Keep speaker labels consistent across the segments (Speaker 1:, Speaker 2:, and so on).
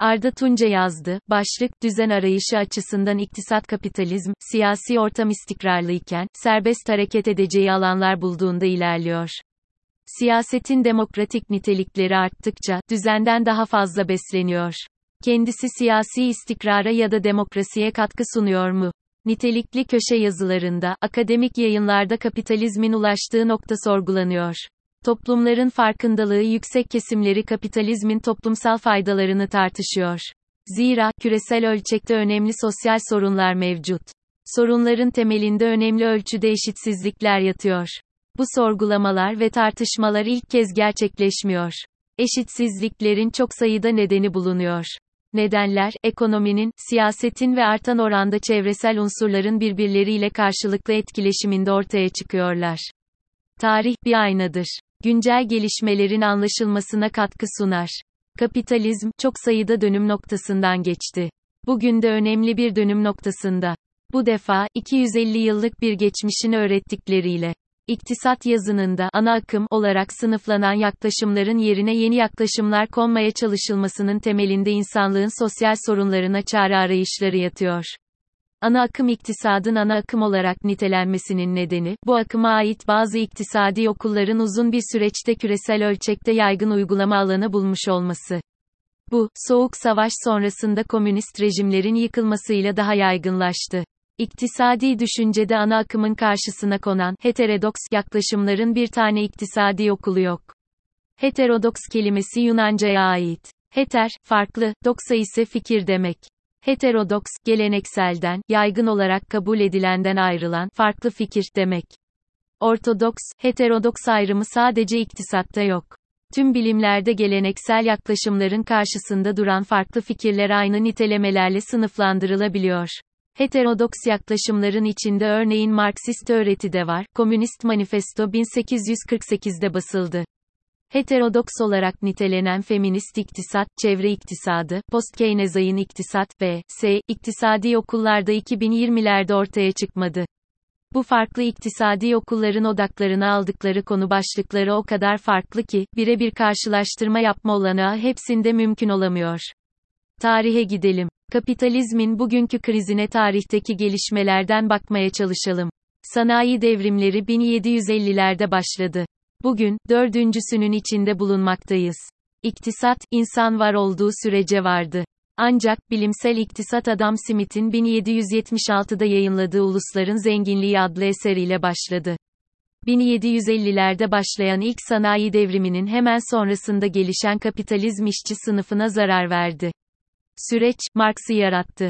Speaker 1: Arda Tunca yazdı. Başlık, düzen arayışı açısından iktisat kapitalizm, siyasi ortam istikrarlıyken, serbest hareket edeceği alanlar bulduğunda ilerliyor. Siyasetin demokratik nitelikleri arttıkça, düzenden daha fazla besleniyor. Kendisi siyasi istikrara ya da demokrasiye katkı sunuyor mu? Nitelikli köşe yazılarında, akademik yayınlarda kapitalizmin ulaştığı nokta sorgulanıyor. Toplumların farkındalığı yüksek kesimleri kapitalizmin toplumsal faydalarını tartışıyor. Zira, küresel ölçekte önemli sosyal sorunlar mevcut. Sorunların temelinde önemli ölçüde eşitsizlikler yatıyor. Bu sorgulamalar ve tartışmalar ilk kez gerçekleşmiyor. Eşitsizliklerin çok sayıda nedeni bulunuyor. Nedenler, ekonominin, siyasetin ve artan oranda çevresel unsurların birbirleriyle karşılıklı etkileşiminde ortaya çıkıyorlar. Tarih bir aynadır. Güncel gelişmelerin anlaşılmasına katkı sunar. Kapitalizm, çok sayıda dönüm noktasından geçti. Bugün de önemli bir dönüm noktasında. Bu defa, 250 yıllık bir geçmişini öğrettikleriyle. İktisat yazınında, ana akım olarak sınıflanan yaklaşımların yerine yeni yaklaşımlar konmaya çalışılmasının temelinde insanlığın sosyal sorunlarına çare arayışları yatıyor. Ana akım iktisadın ana akım olarak nitelenmesinin nedeni, bu akıma ait bazı iktisadi okulların uzun bir süreçte küresel ölçekte yaygın uygulama alanı bulmuş olması. Bu, Soğuk Savaş sonrasında komünist rejimlerin yıkılmasıyla daha yaygınlaştı. İktisadi düşüncede ana akımın karşısına konan, heterodoks yaklaşımların bir tane iktisadi okulu yok. Heterodoks kelimesi Yunanca'ya ait. Heter, farklı, doksa ise fikir demek. Heterodoks, gelenekselden, yaygın olarak kabul edilenden ayrılan, farklı fikir demek. Ortodoks, heterodoks ayrımı sadece iktisatta yok. Tüm bilimlerde geleneksel yaklaşımların karşısında duran farklı fikirler aynı nitelemelerle sınıflandırılabiliyor. Heterodoks yaklaşımların içinde örneğin Marksist öğreti de var. Komünist Manifesto 1848'de basıldı. Heterodoks olarak nitelenen feminist iktisat, çevre iktisadı, post-Keynesyen iktisat v.s. iktisadi okullarda 2020'lerde ortaya çıkmadı. Bu farklı iktisadi okulların odaklarına aldıkları konu başlıkları o kadar farklı ki, birebir karşılaştırma yapma olanağı hepsinde mümkün olamıyor. Tarihe gidelim. Kapitalizmin bugünkü krizine tarihteki gelişmelerden bakmaya çalışalım. Sanayi devrimleri 1750'lerde başladı. Bugün, dördüncüsünün içinde bulunmaktayız. İktisat, insan var olduğu sürece vardı. Ancak, bilimsel iktisat Adam Smith'in 1776'da yayınladığı Ulusların Zenginliği adlı eseriyle başladı. 1750'lerde başlayan ilk sanayi devriminin hemen sonrasında gelişen kapitalizm işçi sınıfına zarar verdi. Süreç, Marx'ı yarattı.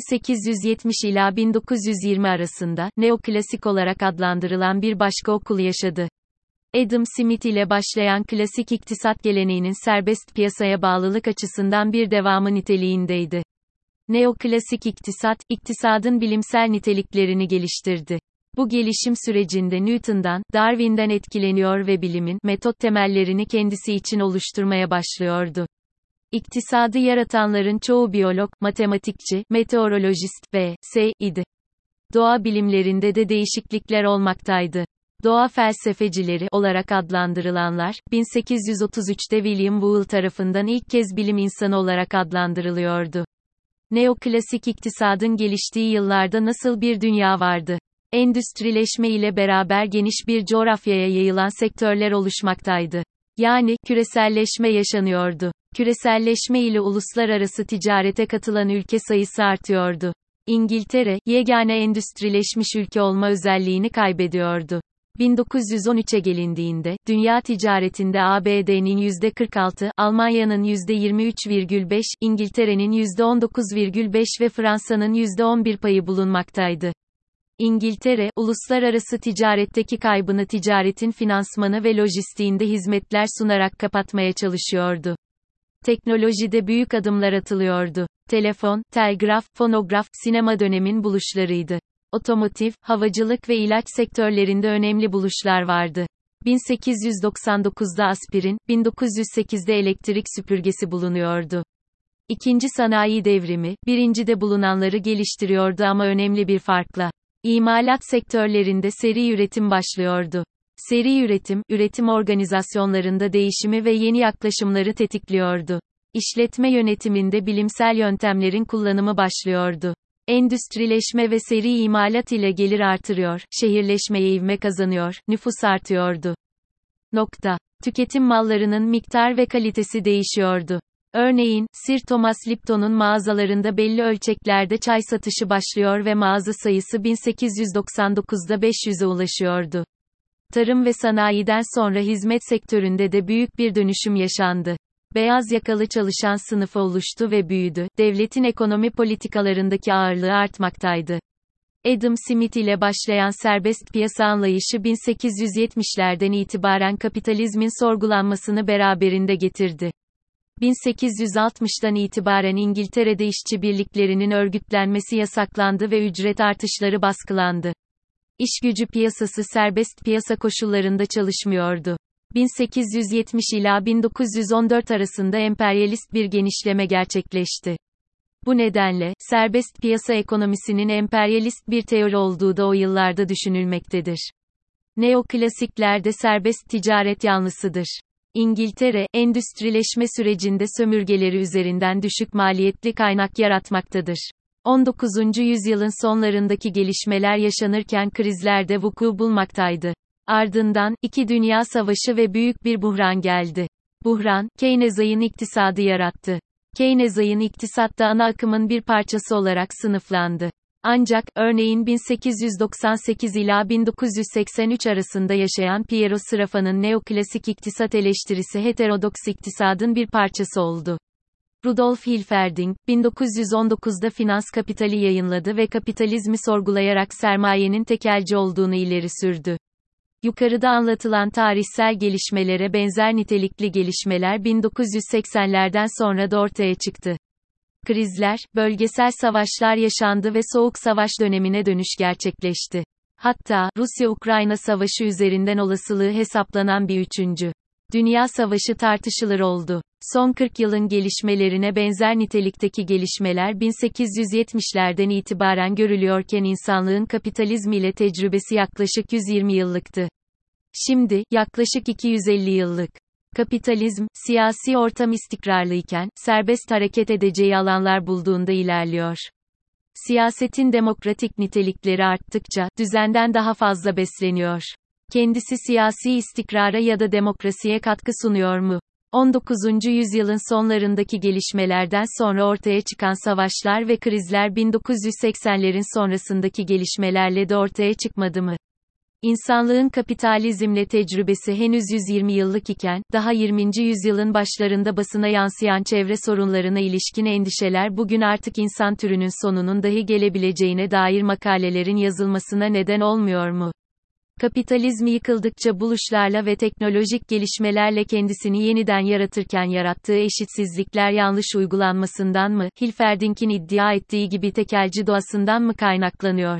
Speaker 1: 1870 ila 1920 arasında, neoklasik olarak adlandırılan bir başka okul yaşadı. Adam Smith ile başlayan klasik iktisat geleneğinin serbest piyasaya bağlılık açısından bir devamı niteliğindeydi. Neoklasik iktisat, iktisadın bilimsel niteliklerini geliştirdi. Bu gelişim sürecinde Newton'dan, Darwin'den etkileniyor ve bilimin, metot temellerini kendisi için oluşturmaya başlıyordu. İktisadı yaratanların çoğu biyolog, matematikçi, meteorolojist v.s. idi. Doğa bilimlerinde de değişiklikler olmaktaydı. Doğa felsefecileri olarak adlandırılanlar, 1833'te William Whewell tarafından ilk kez bilim insanı olarak adlandırılıyordu. Neoklasik iktisadın geliştiği yıllarda nasıl bir dünya vardı? Endüstrileşme ile beraber geniş bir coğrafyaya yayılan sektörler oluşmaktaydı. Yani, küreselleşme yaşanıyordu. Küreselleşme ile uluslararası ticarete katılan ülke sayısı artıyordu. İngiltere, yegane endüstrileşmiş ülke olma özelliğini kaybediyordu. 1913'e gelindiğinde, dünya ticaretinde ABD'nin %46, Almanya'nın %23,5, İngiltere'nin %19,5 ve Fransa'nın %11 payı bulunmaktaydı. İngiltere, uluslararası ticaretteki kaybını ticaretin finansmanı ve lojistiğinde hizmetler sunarak kapatmaya çalışıyordu. Teknolojide büyük adımlar atılıyordu. Telefon, telgraf, fonograf, sinema dönemin buluşlarıydı. Otomotiv, havacılık ve ilaç sektörlerinde önemli buluşlar vardı. 1899'da aspirin, 1908'de elektrik süpürgesi bulunuyordu. İkinci sanayi devrimi, birincide bulunanları geliştiriyordu ama önemli bir farkla. İmalat sektörlerinde seri üretim başlıyordu. Seri üretim, üretim organizasyonlarında değişimi ve yeni yaklaşımları tetikliyordu. İşletme yönetiminde bilimsel yöntemlerin kullanımı başlıyordu. Endüstrileşme ve seri imalat ile gelir artırıyor, şehirleşmeye ivme kazanıyor, nüfus artıyordu. Tüketim mallarının miktar ve kalitesi değişiyordu. Örneğin, Sir Thomas Lipton'un mağazalarında belli ölçeklerde çay satışı başlıyor ve mağaza sayısı 1899'da 500'e ulaşıyordu. Tarım ve sanayiden sonra hizmet sektöründe de büyük bir dönüşüm yaşandı. Beyaz yakalı çalışan sınıfı oluştu ve büyüdü. Devletin ekonomi politikalarındaki ağırlığı artmaktaydı. Adam Smith ile başlayan serbest piyasa anlayışı 1870'lerden itibaren kapitalizmin sorgulanmasını beraberinde getirdi. 1860'dan itibaren İngiltere'de işçi birliklerinin örgütlenmesi yasaklandı ve ücret artışları baskılandı. İşgücü piyasası serbest piyasa koşullarında çalışmıyordu. 1870 ila 1914 arasında emperyalist bir genişleme gerçekleşti. Bu nedenle, serbest piyasa ekonomisinin emperyalist bir teori olduğu da o yıllarda düşünülmektedir. Neoklasiklerde serbest ticaret yanlısıdır. İngiltere, endüstrileşme sürecinde sömürgeleri üzerinden düşük maliyetli kaynak yaratmaktadır. 19. yüzyılın sonlarındaki gelişmeler yaşanırken krizler de vuku bulmaktaydı. Ardından, İki Dünya Savaşı ve büyük bir buhran geldi. Buhran, Keynesyen iktisadı yarattı. Keynesyen iktisatta ana akımın bir parçası olarak sınıflandı. Ancak, örneğin 1898 ila 1983 arasında yaşayan Piero Sraffan'ın neoklasik iktisat eleştirisi heterodoks iktisadın bir parçası oldu. Rudolf Hilferding, 1919'da Finans Kapitali yayınladı ve kapitalizmi sorgulayarak sermayenin tekelci olduğunu ileri sürdü. Yukarıda anlatılan tarihsel gelişmelere benzer nitelikli gelişmeler 1980'lerden sonra da ortaya çıktı. Krizler, bölgesel savaşlar yaşandı ve Soğuk Savaş dönemine dönüş gerçekleşti. Hatta, Rusya-Ukrayna savaşı üzerinden olasılığı hesaplanan bir 3. Dünya Savaşı tartışılır oldu. Son 40 yılın gelişmelerine benzer nitelikteki gelişmeler 1870'lerden itibaren görülüyorken insanlığın kapitalizm ile tecrübesi yaklaşık 120 yıllıktı. Şimdi, yaklaşık 250 yıllık. Kapitalizm, siyasi ortam istikrarlıyken, serbest hareket edeceği alanlar bulduğunda ilerliyor. Siyasetin demokratik nitelikleri arttıkça, düzenden daha fazla besleniyor. Kendisi siyasi istikrara ya da demokrasiye katkı sunuyor mu? 19. yüzyılın sonlarındaki gelişmelerden sonra ortaya çıkan savaşlar ve krizler 1980'lerin sonrasındaki gelişmelerle de ortaya çıkmadı mı? İnsanlığın kapitalizmle tecrübesi henüz 120 yıllık iken, daha 20. yüzyılın başlarında basına yansıyan çevre sorunlarına ilişkin endişeler bugün artık insan türünün sonunun dahi gelebileceğine dair makalelerin yazılmasına neden olmuyor mu? Kapitalizm yıkıldıkça buluşlarla ve teknolojik gelişmelerle kendisini yeniden yaratırken yarattığı eşitsizlikler yanlış uygulanmasından mı, Hilferding'in iddia ettiği gibi tekelci doğasından mı kaynaklanıyor?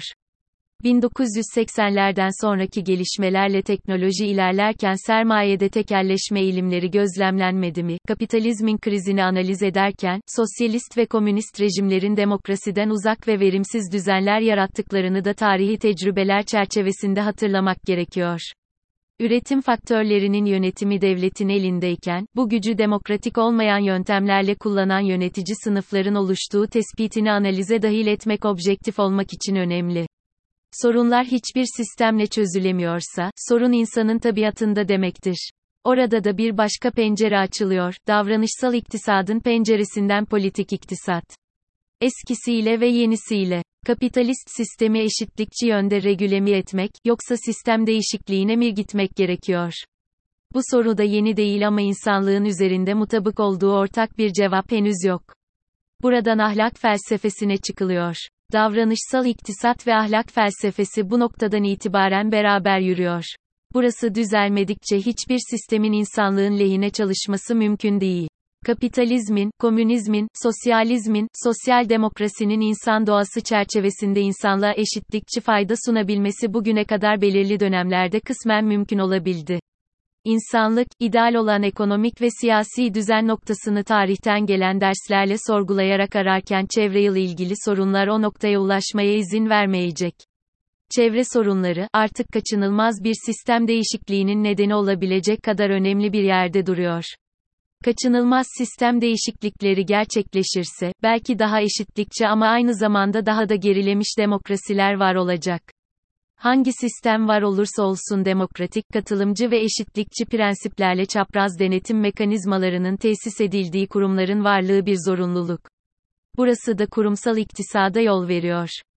Speaker 1: 1980'lerden sonraki gelişmelerle teknoloji ilerlerken sermayede tekelleşme eğilimleri gözlemlenmedi mi? Kapitalizmin krizini analiz ederken, sosyalist ve komünist rejimlerin demokrasiden uzak ve verimsiz düzenler yarattıklarını da tarihi tecrübeler çerçevesinde hatırlamak gerekiyor. Üretim faktörlerinin yönetimi devletin elindeyken, bu gücü demokratik olmayan yöntemlerle kullanan yönetici sınıfların oluştuğu tespitini analize dahil etmek objektif olmak için önemli. Sorunlar hiçbir sistemle çözülemiyorsa, sorun insanın tabiatında demektir. Orada da bir başka pencere açılıyor, davranışsal iktisadın penceresinden politik iktisat. Eskisiyle ve yenisiyle. Kapitalist sistemi eşitlikçi yönde regüle mi etmek, yoksa sistem değişikliğine mi gitmek gerekiyor? Bu soru da yeni değil ama insanlığın üzerinde mutabık olduğu ortak bir cevap henüz yok. Buradan ahlak felsefesine çıkılıyor. Davranışsal iktisat ve ahlak felsefesi bu noktadan itibaren beraber yürüyor. Burası düzelmedikçe hiçbir sistemin insanlığın lehine çalışması mümkün değil. Kapitalizmin, komünizmin, sosyalizmin, sosyal demokrasinin insan doğası çerçevesinde insanlığa eşitlikçi fayda sunabilmesi bugüne kadar belirli dönemlerde kısmen mümkün olabildi. İnsanlık, ideal olan ekonomik ve siyasi düzen noktasını tarihten gelen derslerle sorgulayarak ararken çevreyle ilgili sorunlar o noktaya ulaşmaya izin vermeyecek. Çevre sorunları, artık kaçınılmaz bir sistem değişikliğinin nedeni olabilecek kadar önemli bir yerde duruyor. Kaçınılmaz sistem değişiklikleri gerçekleşirse, belki daha eşitlikçi ama aynı zamanda daha da gerilemiş demokrasiler var olacak. Hangi sistem var olursa olsun demokratik, katılımcı ve eşitlikçi prensiplerle çapraz denetim mekanizmalarının tesis edildiği kurumların varlığı bir zorunluluk. Burası da kurumsal iktisada yol veriyor.